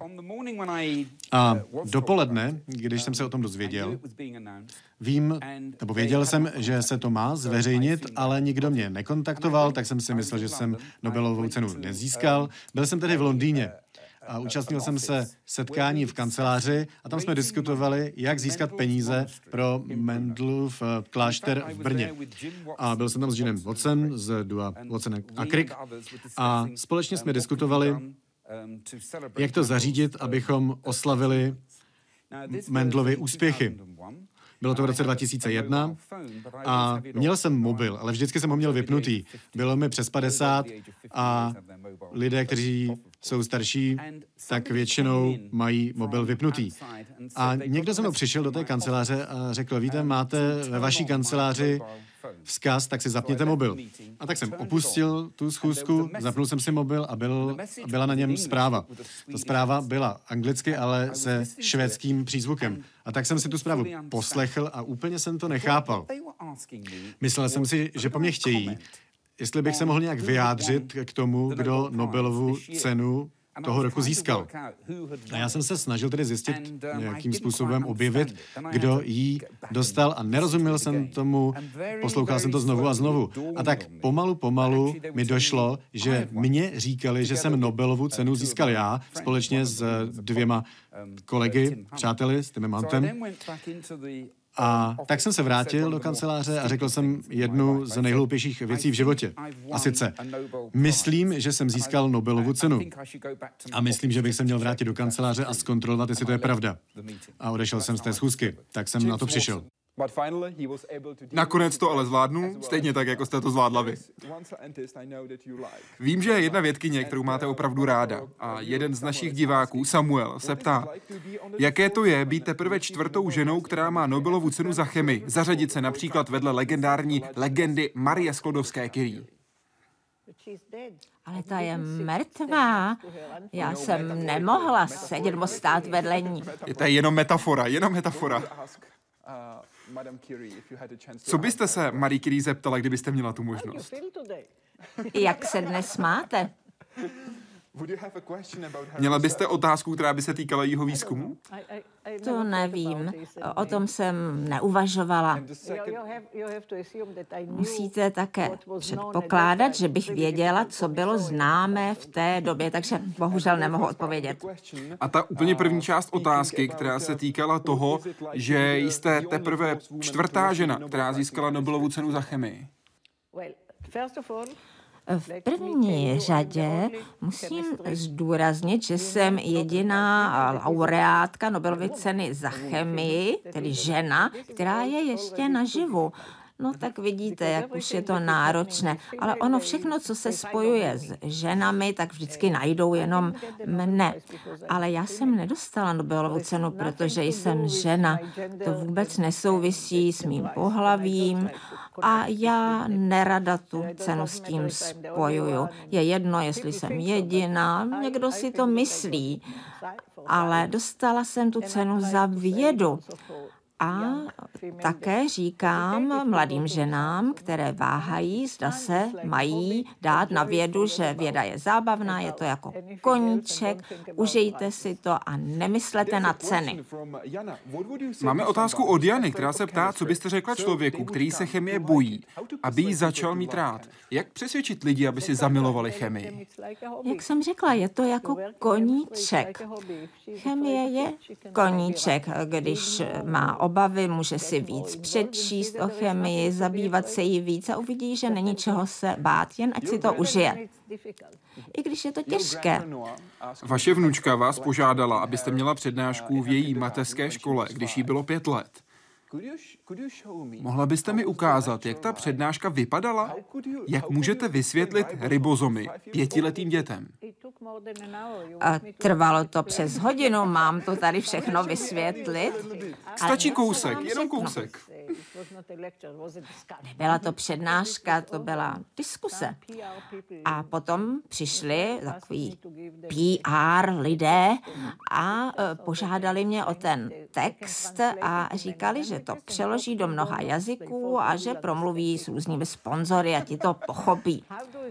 A dopoledne, když jsem se o tom dozvěděl, vím, nebo věděl jsem, že se to má zveřejnit, ale nikdo mě nekontaktoval, tak jsem si myslel, že jsem Nobelovou cenu nezískal. Byl jsem tedy v Londýně a účastnil jsem se setkání v kanceláři a tam jsme diskutovali, jak získat peníze pro Mendelův klášter v Brně. A byl jsem tam s Jimem Watsonem z Dua Watson a Crick a společně jsme diskutovali, jak to zařídit, abychom oslavili Mendelovy úspěchy. Bylo to v roce dva tisíce jedna a měl jsem mobil, ale vždycky jsem ho měl vypnutý. Bylo mi přes padesát a lidé, kteří jsou starší, tak většinou mají mobil vypnutý. A někdo se mnou přišel do té kanceláře a řekl, víte, máte ve vaší kanceláři vzkaz, tak si zapněte mobil. A tak jsem opustil tu schůzku, zapnul jsem si mobil a byl, byla na něm zpráva. Ta zpráva byla anglicky, ale se švédským přízvukem. A tak jsem si tu zprávu poslechl a úplně jsem to nechápal. Myslel jsem si, že po mně chtějí, jestli bych se mohl nějak vyjádřit k tomu, kdo Nobelovu cenu toho roku získal. A já jsem se snažil tedy zjistit, nějakým způsobem objevit, kdo jí dostal a nerozuměl jsem tomu, poslouchal jsem to znovu a znovu. A tak pomalu, pomalu mi došlo, že mě říkali, že jsem Nobelovu cenu získal já, společně s dvěma kolegy, přáteli, s Timem Huntem. A tak jsem se vrátil do kanceláře a řekl jsem jednu z nejhloupějších věcí v životě. A sice, myslím, že jsem získal Nobelovu cenu. A myslím, že bych se měl vrátit do kanceláře a zkontrolovat, jestli to je pravda. A odešel jsem z té schůzky. Tak jsem na to přišel. Nakonec to ale zvládnu, stejně tak, jako jste to zvládla vy. Vím, že je jedna vědkyně, kterou máte opravdu ráda. A jeden z našich diváků, Samuel, se ptá, jaké to je být teprve čtvrtou ženou, která má Nobelovu cenu za chemii, zařadit se například vedle legendární legendy Marie Sklodowské-Curie. Ale ta je mrtvá. Já jsem nemohla sedět nebo stát vedle ní. Je to jenom metafora, jenom metafora. Co byste se Marie Curie zeptala, kdybyste měla tu možnost? Jak se dnes máte? Měla byste otázku, která by se týkala jeho výzkumu? To nevím. O tom jsem neuvažovala. Musíte také předpokládat, že bych věděla, co bylo známé v té době, takže bohužel nemohu odpovědět. A ta úplně první část otázky, která se týkala toho, že jste teprve čtvrtá žena, která získala Nobelovu cenu za chemii. V první řadě musím zdůraznit, že jsem jediná laureátka Nobelovy ceny za chemii, tedy žena, která je ještě naživu. No tak vidíte, jak už je to náročné. Ale ono všechno, co se spojuje s ženami, tak vždycky najdou jenom mne. Ale já jsem nedostala Nobelovu cenu, protože jsem žena. To vůbec nesouvisí s mým pohlavím a já nerada tu cenu s tím spojuju. Je jedno, jestli jsem jediná, někdo si to myslí. Ale dostala jsem tu cenu za vědu. A také říkám mladým ženám, které váhají, zda se mají dát na vědu, že věda je zábavná, je to jako koníček, užijte si to a nemyslete na ceny. Máme otázku od Jany, která se ptá, co byste řekla člověku, který se chemie bojí, aby ji začal mít rád. Jak přesvědčit lidi, aby si zamilovali chemii? Jak jsem řekla, je to jako koníček. Chemie je koníček, když má obavy, může si víc přečíst o chemii, zabývat se jí víc a uvidí, že není čeho se bát, jen ať si to užije. I když je to těžké. Vaše vnučka vás požádala, abyste měla přednášku v její mateřské škole, když jí bylo pět let. Mohla byste mi ukázat, jak ta přednáška vypadala? Jak můžete vysvětlit ribozomy pětiletým dětem? A trvalo to přes hodinu, mám to tady všechno vysvětlit. Stačí kousek, jenom kousek. Nebyla to přednáška, to byla diskuse. A potom přišli takový P R lidé a požádali mě o ten text a říkali, že to přeloží do mnoha jazyků a že promluví s různými sponzory a ti to pochopí.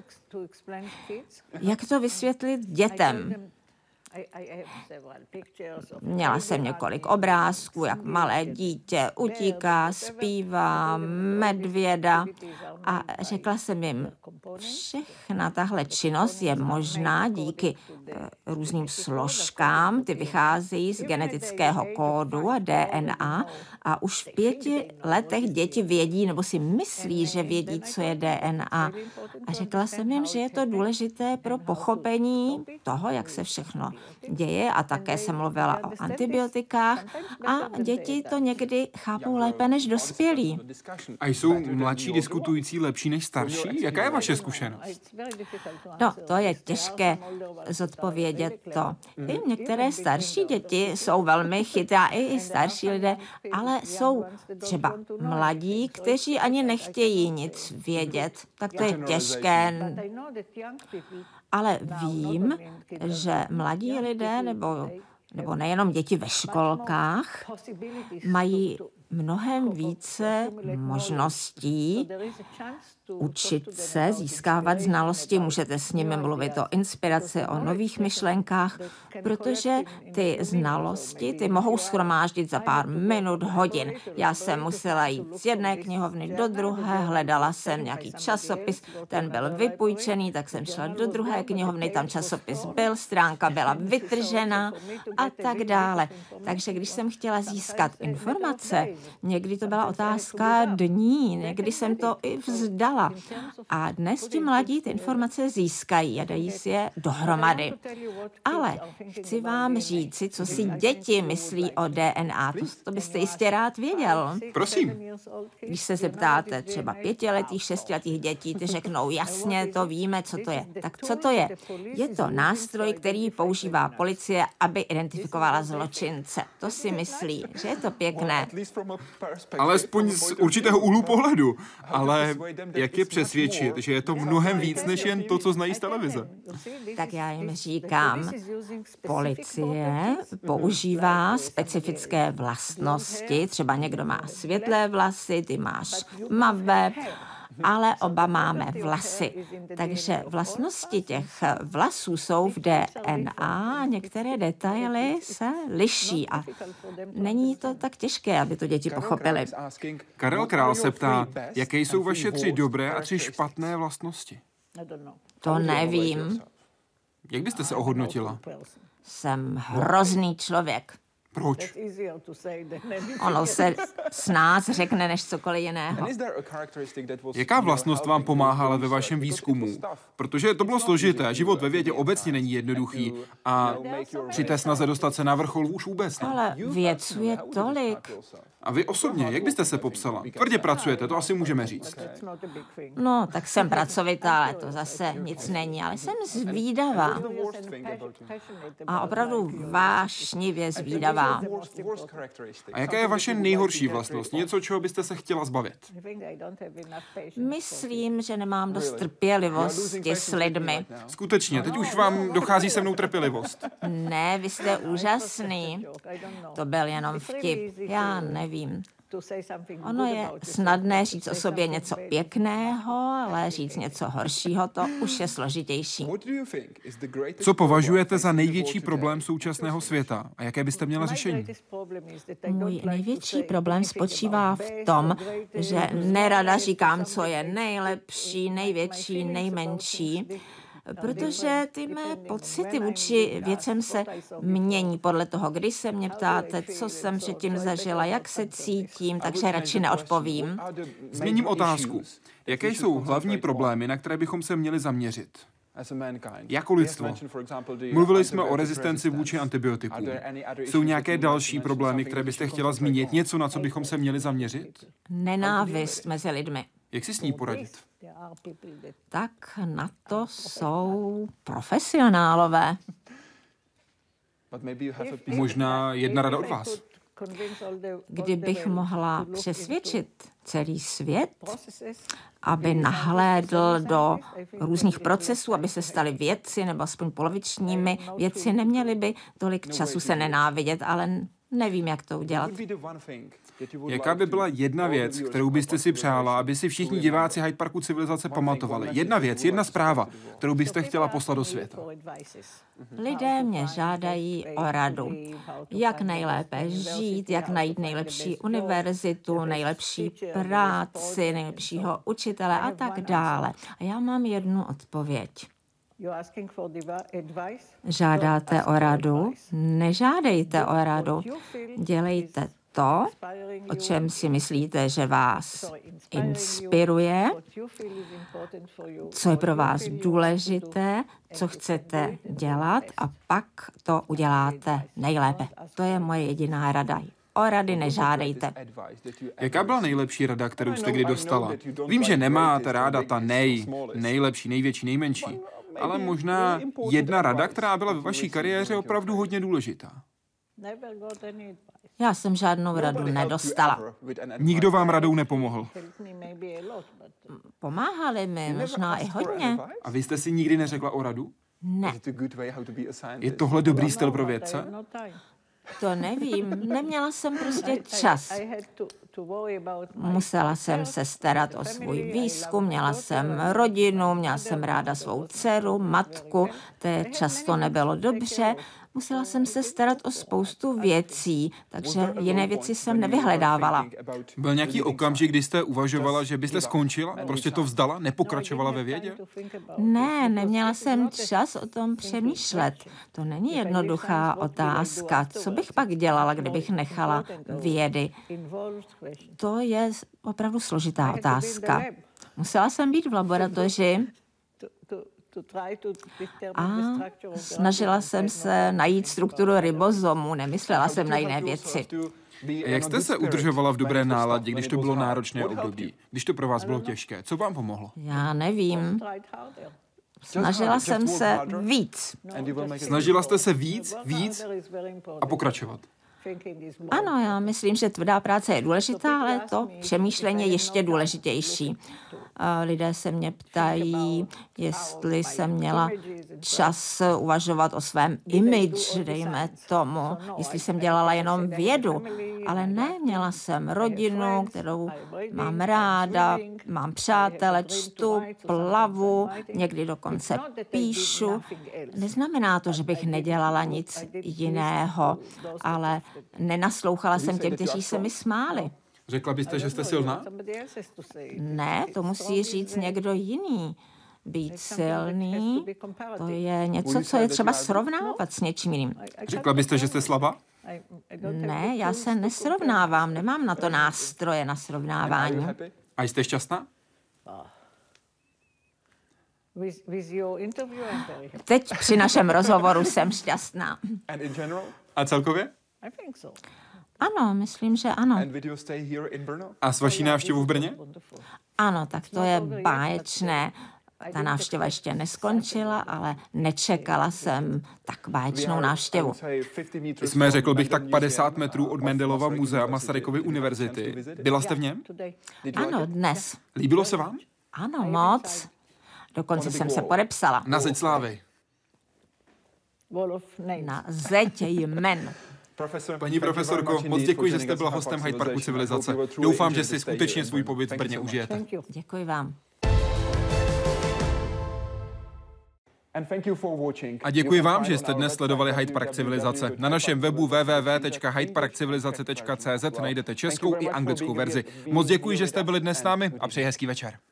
Jak to vysvětlit dětem? Měla jsem několik obrázků, jak malé dítě utíká, zpívá, medvěda a řekla jsem jim, všechna tahle činnost je možná díky různým složkám, ty vycházejí z genetického kódu a D N A a už v pěti letech děti vědí nebo si myslí, že vědí, co je D N A. A řekla jsem jim, že je to důležité pro pochopení toho, jak se všechno děje a také jsem mluvila o antibiotikách a děti to někdy chápou lépe než dospělí. A jsou mladší diskutující lepší než starší? Jaká je vaše zkušenost? No, to je těžké zodpovědět to. I některé starší děti jsou velmi chytrá, i starší lidé, ale jsou třeba mladí, kteří ani nechtějí nic vědět. Tak to je těžké. Ale vím, že mladí lidé, nebo, nebo nejenom děti ve školkách, mají mnohem více možností učit se, získávat znalosti, můžete s nimi mluvit o inspiraci, o nových myšlenkách, protože ty znalosti, ty mohou shromáždit za pár minut, hodin. Já jsem musela jít z jedné knihovny do druhé, hledala jsem nějaký časopis, ten byl vypůjčený, tak jsem šla do druhé knihovny, tam časopis byl, stránka byla vytržená a tak dále. Takže když jsem chtěla získat informace, někdy to byla otázka dní, někdy jsem to i vzdala. A dnes ti mladí ty informace získají a dají si je dohromady. Ale chci vám říci, co si děti myslí o D N A. To, to byste jistě rád věděl. Prosím. Když se zeptáte třeba pětiletých, šestiletých dětí, ty řeknou, jasně, to víme, co to je. Tak co to je? Je to nástroj, který používá policie, aby identifikovala zločince. To si myslí, že je to pěkné. Alespoň z určitého úhlu pohledu. Ale jak je přesvědčit, že je to mnohem víc, než jen to, co znají z televize? Tak já jim říkám, policie používá specifické vlastnosti, třeba někdo má světlé vlasy, ty máš tmavé, ale oba máme vlasy. Takže vlastnosti těch vlasů jsou v D N A, některé detaily se liší a není to tak těžké, aby to děti pochopily. Karel Král se ptá, jaké jsou vaše tři dobré a tři špatné vlastnosti? To nevím. Jak byste se ohodnotila? Jsem hrozný člověk. Proč? Ono se s nás řekne než cokoliv jiného. Jaká vlastnost vám pomáhala ve vašem výzkumu? Protože to bylo složité, život ve vědě obecně není jednoduchý a při té snaze dostat se na vrchol už vůbec ne. Ale vědců je tolik. A vy osobně, jak byste se popsala? Tvrdě pracujete, to asi můžeme říct. No, tak jsem pracovitá, ale to zase nic není, ale jsem zvídavá. A opravdu vášnivě zvídavá. A jaká je vaše nejhorší vlastnost? Něco, čeho byste se chtěla zbavit? Myslím, že nemám dost trpělivosti s lidmi. Skutečně, teď už vám dochází se mnou trpělivost. Ne, vy jste úžasný. To byl jenom vtip. Já nevím. Ono je snadné říct o sobě něco pěkného, ale říct něco horšího, to už je složitější. Co považujete za největší problém současného světa a jaké byste měla řešení? Můj největší problém spočívá v tom, že nerada říkám, co je nejlepší, největší, nejmenší, protože ty mé pocity vůči věcem se mění podle toho, když se mě ptáte, co jsem předtím zažila, jak se cítím, takže radši neodpovím. Změním otázku. Jaké jsou hlavní problémy, na které bychom se měli zaměřit? Jako lidstvo. Mluvili jsme o rezistenci vůči antibiotikům. Jsou nějaké další problémy, které byste chtěla zmínit? Něco, na co bychom se měli zaměřit? Nenávist mezi lidmi. Jak si s ní poradit? Tak na to jsou profesionálové. Možná jedna rada od vás. Kdybych mohla přesvědčit celý svět, aby nahlédl do různých procesů, aby se stali vědci nebo aspoň polovičními vědci, neměli by tolik času se nenávidět, ale nevím, jak to udělat. Jaká by byla jedna věc, kterou byste si přála, aby si všichni diváci Hyde Parku Civilizace pamatovali? Jedna věc, jedna zpráva, kterou byste chtěla poslat do světa. Lidé mě žádají o radu, jak nejlépe žít, jak najít nejlepší univerzitu, nejlepší práci, nejlepšího učitele a tak dále. A já mám jednu odpověď. Žádáte o radu? Nežádejte o radu. Dělejte to, o čem si myslíte, že vás inspiruje, co je pro vás důležité, co chcete dělat a pak to uděláte nejlépe. To je moje jediná rada. O rady nežádejte. Jaká byla nejlepší rada, kterou jste kdy dostala? Vím, že nemáte ráda ta nej, nejlepší, největší, nejmenší, ale možná jedna rada, která byla ve vaší kariéře opravdu hodně důležitá. Já jsem žádnou radu nedostala. Nikdo vám radou nepomohl. Pomáhali mi, možná i hodně. A vy jste si nikdy neřekla o radu? Ne. Je tohle dobrý styl pro vědce? To nevím, neměla jsem prostě čas. Musela jsem se starat o svůj výzkum, měla jsem rodinu, měla jsem ráda svou dceru, matku, to často nebylo dobře. Musela jsem se starat o spoustu věcí, takže jiné věci jsem nevyhledávala. Byl nějaký okamžik, kdy jste uvažovala, že byste skončila? Prostě to vzdala? Nepokračovala ve vědě? Ne, neměla jsem čas o tom přemýšlet. To není jednoduchá otázka. Co bych pak dělala, kdybych nechala vědy? To je opravdu složitá otázka. Musela jsem být v laboratoři a snažila jsem se najít strukturu ribozomu, nemyslela jsem na jiné věci. Jak jste se udržovala v dobré náladě, když to bylo náročné období? Když to pro vás bylo těžké? Co vám pomohlo? Já nevím. Snažila jsem se víc. Snažila jste se víc, víc a pokračovat. Ano, já myslím, že tvrdá práce je důležitá, ale to přemýšlení je ještě důležitější. Lidé se mě ptají, jestli jsem měla čas uvažovat o svém image, dejme tomu, jestli jsem dělala jenom vědu. Ale ne, měla jsem rodinu, kterou mám ráda, mám přátele, čtu, plavu, někdy dokonce píšu. Neznamená to, že bych nedělala nic jiného, ale nenaslouchala jsem těm, kteří se mi smáli. Řekla byste, že jste silná? Ne, to musí říct někdo jiný. Být silný, to je něco, co je třeba srovnávat s něčím jiným. Řekla byste, že jste slabá? Ne, já se nesrovnávám, nemám na to nástroje na srovnávání. A jste šťastná? Teď při našem rozhovoru jsem šťastná. A celkově? Ano, myslím, že ano. A s vaší návštěvou v Brně? Ano, tak to je báječné. Ta návštěva ještě neskončila, ale nečekala jsem tak báječnou návštěvu. Jsme, řekl bych, tak padesát metrů od Mendelova muzea Masarykovy univerzity. Byla jste v něm? Ano, dnes. Líbilo se vám? Ano, moc. Dokonce jsem se podepsala. Na zeď slávy. Na zeď jmen. Paní profesorko, moc děkuji, že jste byla hostem Hyde Parku Civilizace. Doufám, že si skutečně svůj pobyt v Brně užijete. Děkuji vám. A děkuji vám, že jste dnes sledovali Hyde Park Civilizace. Na našem webu w w w tečka hyde park civilizace tečka c z najdete českou i anglickou verzi. Moc děkuji, že jste byli dnes s námi a přeji hezký večer.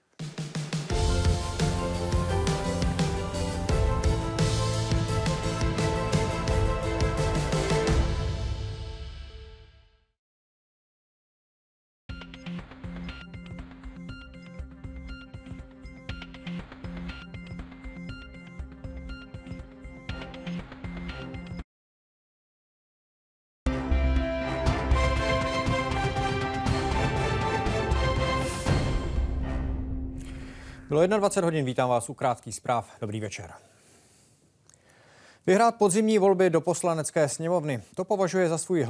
Bylo dvacet jedna hodin, vítám vás u Krátkých zpráv. Dobrý večer. Vyhrát podzimní volby do Poslanecké sněmovny, to považuje za svůj